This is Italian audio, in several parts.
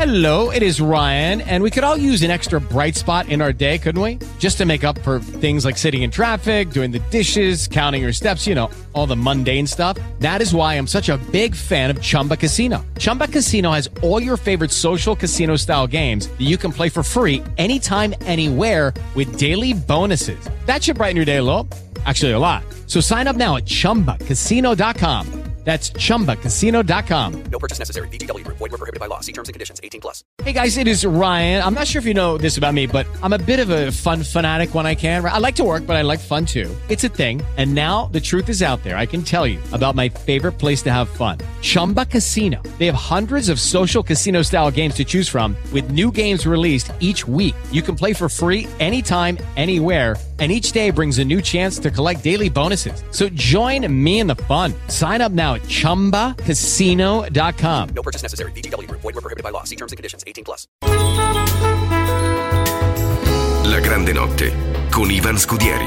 Hello, it is Ryan, and we could all use an extra bright spot in our day, couldn't we? Just to make up for things like sitting in traffic, doing the dishes, counting your steps, you know, all the mundane stuff. That is why I'm such a big fan of Chumba Casino. Chumba Casino has all your favorite social casino-style games that you can play for free anytime, anywhere with daily bonuses. That should brighten your day a little. Actually, a lot. So sign up now at ChumbaCasino.com. That's ChumbaCasino.com. No purchase necessary. VGW Group. Void where prohibited by law. See terms and conditions. 18+. Hey guys, it is Ryan. I'm not sure if you know this about me, but I'm a bit of a fun fanatic when I can. I like to work, but I like fun too. It's a thing. And now the truth is out there. I can tell you about my favorite place to have fun. Chumba Casino. They have hundreds of social casino style games to choose from with new games released each week. You can play for free anytime, anywhere. And each day brings a new chance to collect daily bonuses. So join me in the fun. Sign up now at ChumbaCasino.com. No purchase necessary. VGW Group. Void where prohibited by law. See terms and conditions. 18+. La grande notte con Ivan Scudieri.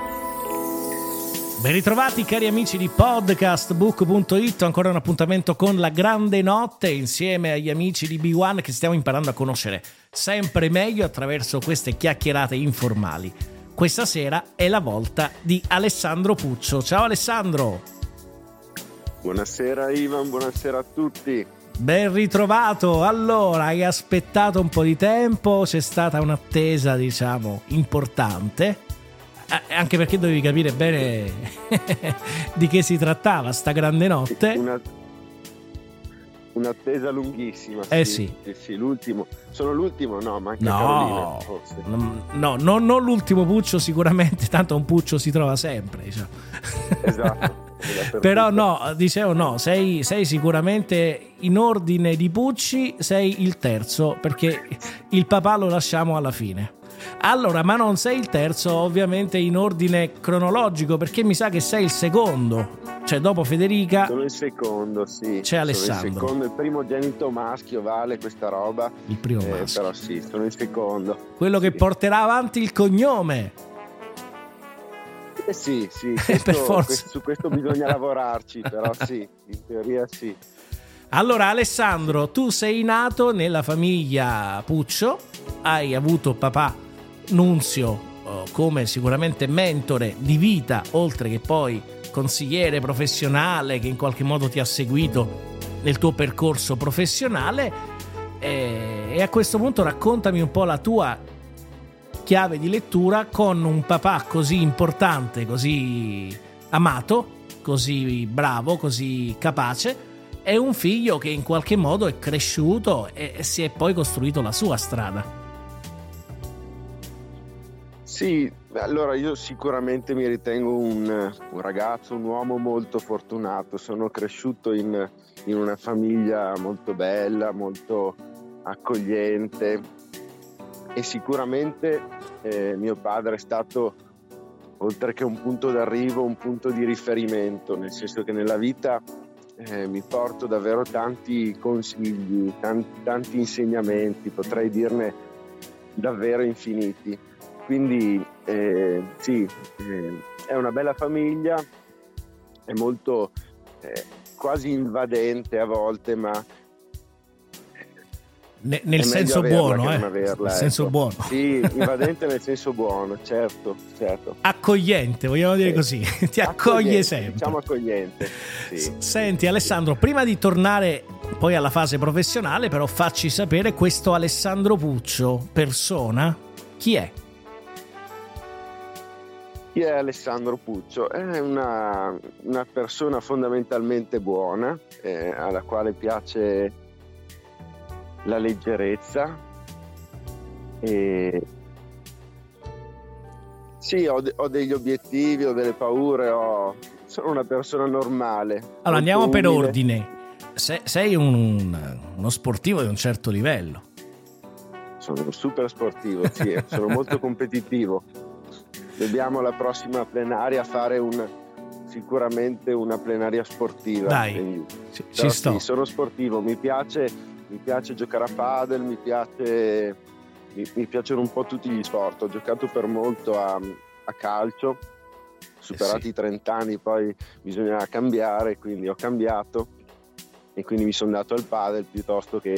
Ben ritrovati cari amici di podcastbook.it, ancora un appuntamento con la grande notte insieme agli amici di B1 che stiamo imparando a conoscere sempre meglio attraverso queste chiacchierate informali. Questa sera è la volta di Alessandro Puccio. Ciao Alessandro! Buonasera Ivan, buonasera a tutti. Ben ritrovato. Allora, hai aspettato un po' di tempo, c'è stata un'attesa, diciamo, importante, anche perché dovevi capire bene di che si trattava sta grande notte. Un'attesa lunghissima. Sì. L'ultimo. Sono l'ultimo? No, manca no, Carolina, forse. No, non l'ultimo Puccio sicuramente, tanto un Puccio si trova sempre, diciamo. Esatto. Però no, dicevo no, sei sicuramente in ordine di Pucci, sei il terzo, perché il papà lo lasciamo alla fine. Allora, ma non sei il terzo ovviamente in ordine cronologico, perché mi sa che sei il secondo, cioè dopo Federica sono il secondo, sì. C'è Alessandro. Sono il secondo, il primogenito maschio, vale questa roba. Il primo maschio. Però sì, sono il secondo. Quello che porterà avanti il cognome. Sì, Per forza. su questo bisogna lavorarci, però sì, in teoria sì. Allora Alessandro, tu sei nato nella famiglia Puccio, hai avuto papà Nunzio come sicuramente mentore di vita, oltre che poi consigliere professionale che in qualche modo ti ha seguito nel tuo percorso professionale, e a questo punto raccontami un po' la tua chiave di lettura con un papà così importante, così amato, così bravo, così capace, e un figlio che in qualche modo è cresciuto e si è poi costruito la sua strada. Sì, allora io sicuramente mi ritengo un ragazzo, un uomo molto fortunato. Sono cresciuto in una famiglia molto bella, molto accogliente, e sicuramente mio padre è stato, oltre che un punto d'arrivo, un punto di riferimento, nel senso che nella vita mi porto davvero tanti consigli, tanti insegnamenti, potrei dirne davvero infiniti. Quindi sì, è una bella famiglia, è molto quasi invadente a volte, ma nel senso buono, nel senso buono. Sì, invadente nel senso buono, certo. Accogliente, vogliamo dire così, ti accoglie sempre. Diciamo accogliente, sì. Senti Alessandro, prima di tornare poi alla fase professionale, però facci sapere questo Alessandro Puccio, persona, chi è? Chi è Alessandro Puccio? È una persona fondamentalmente buona, alla quale piace la leggerezza, e sì, ho degli obiettivi, ho delle paure, sono una persona normale. Allora andiamo per umile. ordine. Sei uno sportivo di un certo livello. Sono un super sportivo, sì, sono molto competitivo. Dobbiamo la prossima plenaria fare sicuramente una plenaria sportiva. Dai, ci sto. Sì, sono sportivo, mi piace giocare a padel, mi piacciono un po' tutti gli sport. Ho giocato per molto a calcio, superati i 30 anni poi bisognava cambiare, quindi ho cambiato e quindi mi sono dato al padel piuttosto che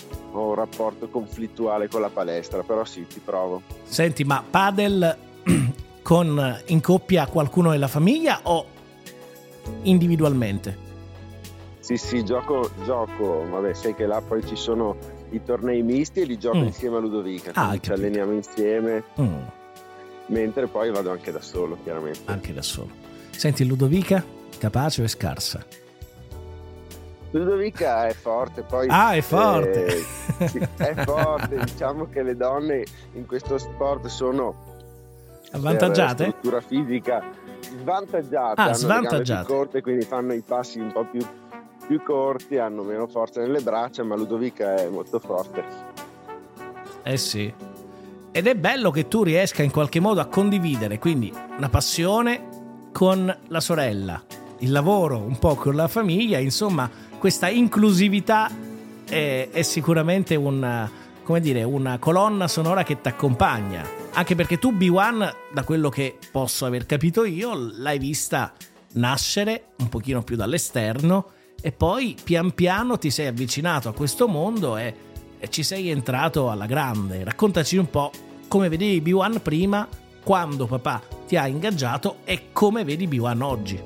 ho un rapporto conflittuale con la palestra, però sì, ci provo. Senti, ma padel in coppia qualcuno della famiglia o individualmente? Sì, gioco, vabbè, sai che là poi ci sono i tornei misti e li gioco insieme a Ludovica, quindi ci alleniamo insieme, mentre poi vado anche da solo, chiaramente. Anche da solo. Senti, Ludovica, capace o è scarsa? Ludovica è forte, poi è forte. Sì, è forte. Diciamo che le donne in questo sport sono avvantaggiate? Per struttura fisica svantaggiate, hanno le gambe più corte, quindi fanno i passi un po' più corti, hanno meno forza nelle braccia, ma Ludovica è molto forte. Sì. Ed è bello che tu riesca in qualche modo a condividere quindi una passione con la sorella, il lavoro un po' con la famiglia, insomma questa inclusività è sicuramente una colonna sonora che ti accompagna, anche perché tu B1, da quello che posso aver capito io, l'hai vista nascere un pochino più dall'esterno e poi pian piano ti sei avvicinato a questo mondo e ci sei entrato alla grande. Raccontaci un po' come vedevi B1 prima, quando papà ti ha ingaggiato e come vedi B1 oggi.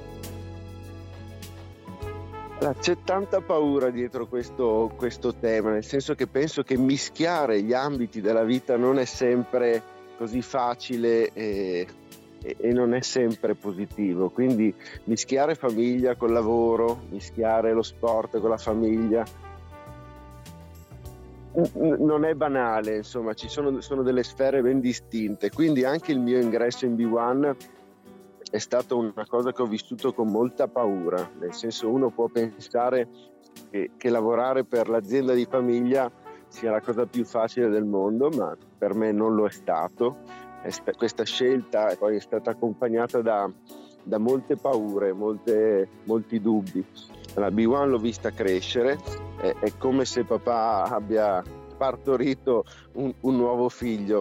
C'è tanta paura dietro questo tema, nel senso che penso che mischiare gli ambiti della vita non è sempre così facile e non è sempre positivo, quindi mischiare famiglia col lavoro, mischiare lo sport con la famiglia non è banale, insomma sono delle sfere ben distinte, quindi anche il mio ingresso in B1 è stata una cosa che ho vissuto con molta paura, nel senso uno può pensare che lavorare per l'azienda di famiglia sia la cosa più facile del mondo, ma per me non lo è stato. Questa scelta poi è stata accompagnata da molte paure, molti dubbi. La B1 l'ho vista crescere, è come se papà abbia partorito un nuovo figlio.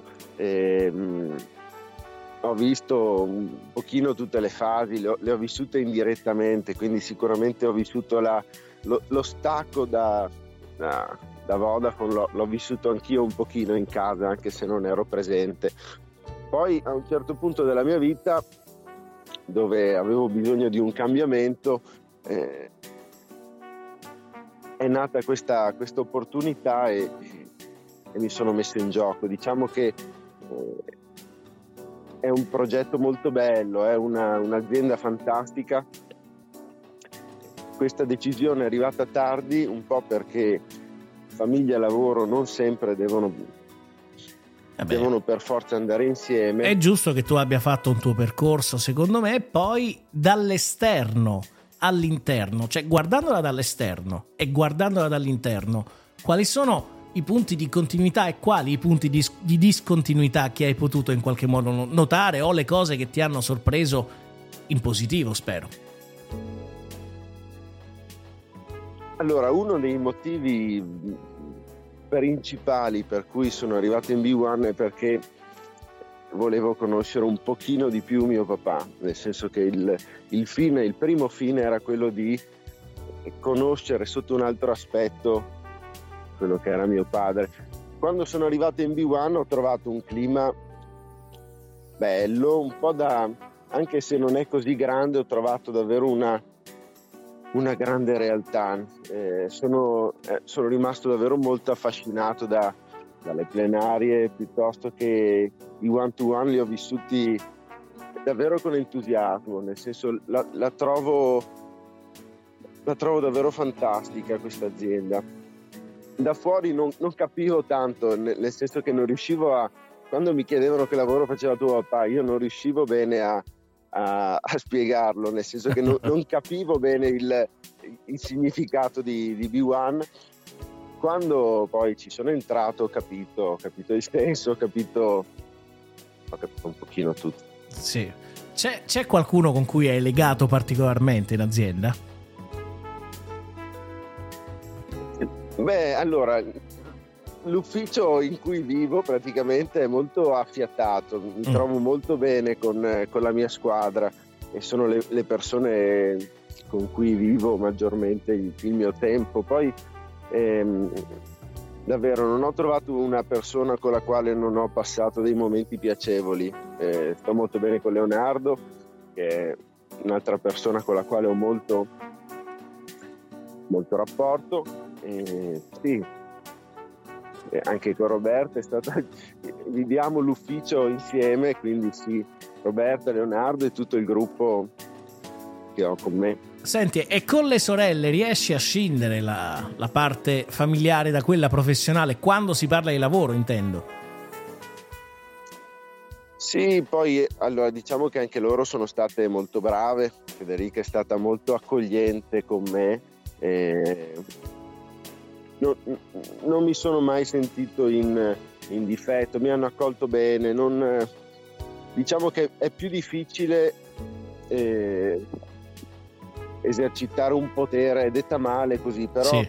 Ho visto un pochino tutte le fasi, le ho vissute indirettamente, quindi sicuramente ho vissuto lo stacco da Vodafone, l'ho vissuto anch'io un pochino in casa, anche se non ero presente. Poi a un certo punto della mia vita, dove avevo bisogno di un cambiamento, è nata questa opportunità e mi sono messo in gioco. Diciamo che è un progetto molto bello, è un'azienda fantastica. Questa decisione è arrivata tardi, un po' perché famiglia e lavoro non sempre devono per forza andare insieme. È giusto che tu abbia fatto un tuo percorso, secondo me, e poi dall'esterno all'interno, cioè guardandola dall'esterno e guardandola dall'interno, quali sono i punti di continuità e quali i punti di discontinuità che hai potuto in qualche modo notare, o le cose che ti hanno sorpreso in positivo, spero? Allora, uno dei motivi principali per cui sono arrivato in B1 è perché volevo conoscere un pochino di più mio papà, nel senso che il primo fine era quello di conoscere sotto un altro aspetto quello che era mio padre. Quando sono arrivato in B1 ho trovato un clima bello, un po' anche se non è così grande, ho trovato davvero una grande realtà. Sono rimasto davvero molto affascinato dalle plenarie, piuttosto che i one-to-one li ho vissuti davvero con entusiasmo, nel senso la trovo davvero fantastica questa azienda. Da fuori non capivo tanto, nel senso che non riuscivo quando mi chiedevano che lavoro faceva tuo papà, io non riuscivo bene a spiegarlo, nel senso che non capivo bene il significato di B1. Quando poi ci sono entrato ho capito il senso, ho capito un pochino tutto. Sì. C'è qualcuno con cui hai legato particolarmente in azienda? Beh, allora, l'ufficio in cui vivo praticamente è molto affiatato, mi trovo molto bene con la mia squadra e sono le persone con cui vivo maggiormente il mio tempo. Poi davvero non ho trovato una persona con la quale non ho passato dei momenti piacevoli. Sto molto bene con Leonardo, che è un'altra persona con la quale ho molto rapporto. Sì, anche con Roberta viviamo l'ufficio insieme, quindi sì, Roberta, Leonardo e tutto il gruppo che ho con me. Senti, e con le sorelle riesci a scindere la parte familiare da quella professionale quando si parla di lavoro, intendo? Sì, poi allora diciamo che anche loro sono state molto brave. Federica è stata molto accogliente con me. Non mi sono mai sentito in difetto, mi hanno accolto bene. Diciamo che è più difficile esercitare un potere, detta male così, però sì.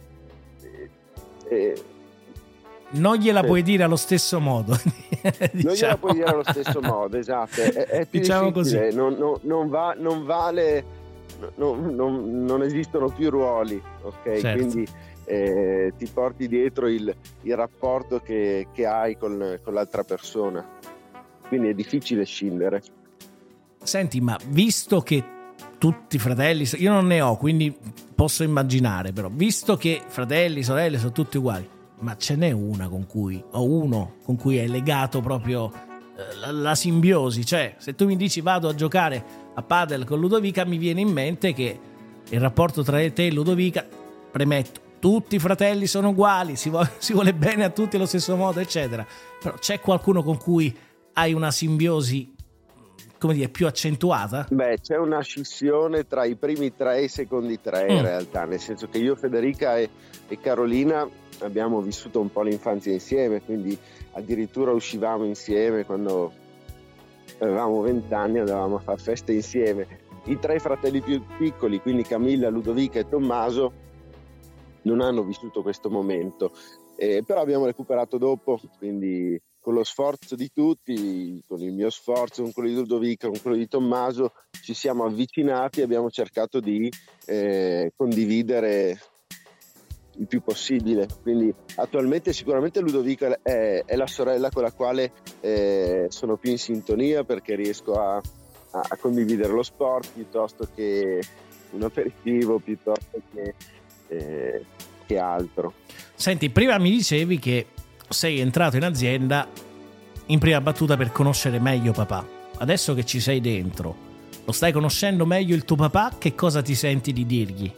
Non gliela puoi dire allo stesso modo. Diciamo. Non gliela puoi dire allo stesso modo, esatto. È più diciamo difficile. Così. Non vale, non esistono più ruoli, ok? Certo. Quindi ti porti dietro il rapporto che hai con l'altra persona. Quindi è difficile scindere. Senti, ma visto che tutti i fratelli, io non ne ho, quindi posso immaginare, però visto che fratelli, sorelle sono tutti uguali, ma ce n'è uno con cui è legato proprio la simbiosi? Cioè, se tu mi dici vado a giocare a padel con Ludovica, mi viene in mente che il rapporto tra te e Ludovica, premetto, tutti i fratelli sono uguali, si vuole bene a tutti allo stesso modo, eccetera, però c'è qualcuno con cui hai una simbiosi, come dire, più accentuata? Beh, c'è una scissione tra i primi 3 e i secondi 3 in realtà, nel senso che io, Federica e Carolina abbiamo vissuto un po' l'infanzia insieme, quindi addirittura uscivamo insieme quando avevamo 20 anni, andavamo a fare feste insieme. I 3 fratelli più piccoli, quindi Camilla, Ludovica e Tommaso, non hanno vissuto questo momento, però abbiamo recuperato dopo, quindi con lo sforzo di tutti, con il mio sforzo, con quello di Ludovica, con quello di Tommaso, ci siamo avvicinati e abbiamo cercato di condividere il più possibile. Quindi attualmente sicuramente Ludovica è la sorella con la quale sono più in sintonia, perché riesco a condividere lo sport piuttosto che un aperitivo, piuttosto che altro. Senti, prima mi dicevi che sei entrato in azienda in prima battuta per conoscere meglio papà. Adesso che ci sei dentro, lo stai conoscendo meglio il tuo papà, che cosa ti senti di dirgli?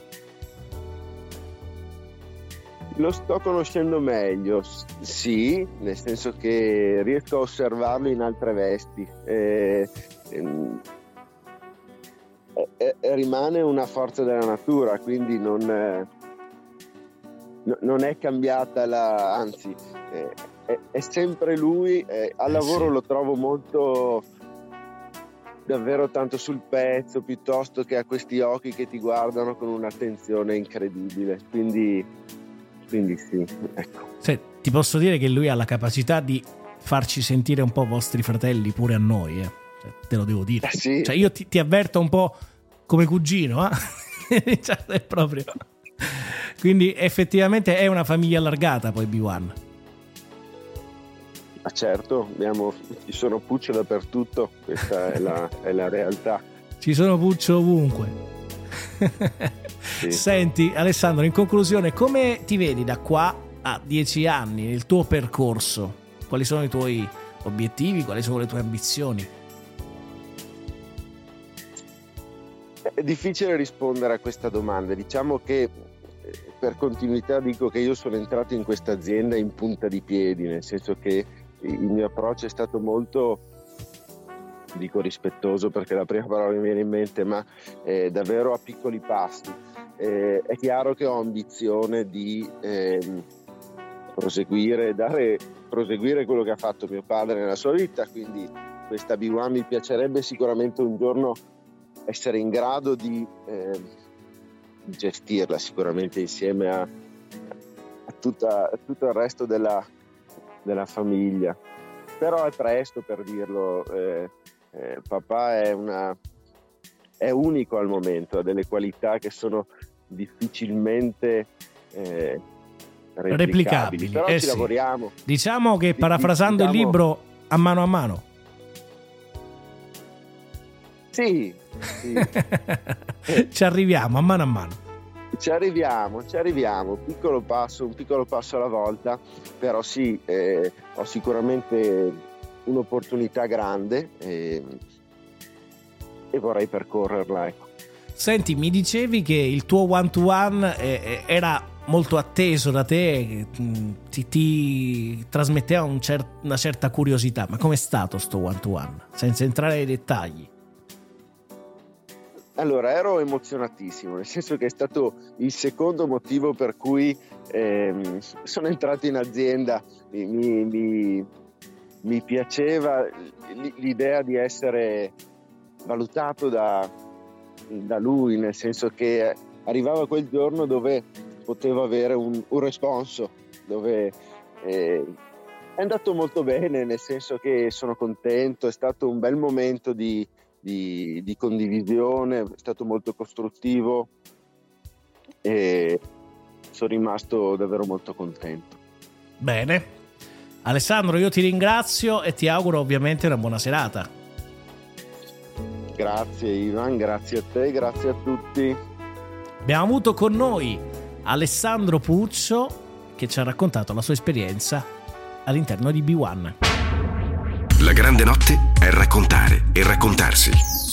Lo sto conoscendo meglio, sì, nel senso che riesco a osservarlo in altre vesti. Rimane una forza della natura, quindi non è cambiata anzi è sempre lui. Al lavoro sì. Lo trovo molto, davvero tanto sul pezzo, piuttosto che ha questi occhi che ti guardano con un'attenzione incredibile, quindi sì, ecco. Ti posso dire che lui ha la capacità di farci sentire un po' vostri fratelli pure a noi, Cioè, te lo devo dire. Sì. Cioè, io ti avverto un po' come cugino, cioè, è proprio. Quindi effettivamente è una famiglia allargata poi B1. Ma certo, ci sono Puccio dappertutto, questa è la realtà. Ci sono Puccio ovunque. Sì. Senti Alessandro, in conclusione, come ti vedi da qua a 10 anni nel tuo percorso? Quali sono i tuoi obiettivi? Quali sono le tue ambizioni? È difficile rispondere a questa domanda. Diciamo che per continuità dico che io sono entrato in questa azienda in punta di piedi, nel senso che il mio approccio è stato molto, dico rispettoso perché la prima parola che mi viene in mente, ma davvero a piccoli passi. È chiaro che ho ambizione di proseguire quello che ha fatto mio padre nella sua vita, quindi questa B1 mi piacerebbe sicuramente un giorno essere in grado di gestirla, sicuramente insieme a tutto il resto della famiglia, però è presto per dirlo. Papà è unico al momento, ha delle qualità che sono difficilmente replicabili. Però ci lavoriamo. Diciamo che parafrasando il libro, a mano. Sì. Ci arriviamo a mano. Ci arriviamo, un piccolo passo alla volta, però sì, ho sicuramente un'opportunità grande e vorrei percorrerla, ecco. Senti, mi dicevi che il tuo one-to-one era molto atteso da te, ti trasmetteva una certa curiosità, ma com'è stato sto one-to-one? Senza entrare nei dettagli. Allora, ero emozionatissimo, nel senso che è stato il secondo motivo per cui sono entrato in azienda. Mi piaceva l'idea di essere valutato da lui, nel senso che arrivava quel giorno dove potevo avere un responso, dove è andato molto bene, nel senso che sono contento, è stato un bel momento di condivisione, è stato molto costruttivo e sono rimasto davvero molto contento. Bene, Alessandro, io ti ringrazio e ti auguro ovviamente una buona serata. Grazie Ivan, grazie a te, grazie a tutti. Abbiamo avuto con noi Alessandro Puccio che ci ha raccontato la sua esperienza all'interno di B1. La grande notte è raccontare e raccontarsi.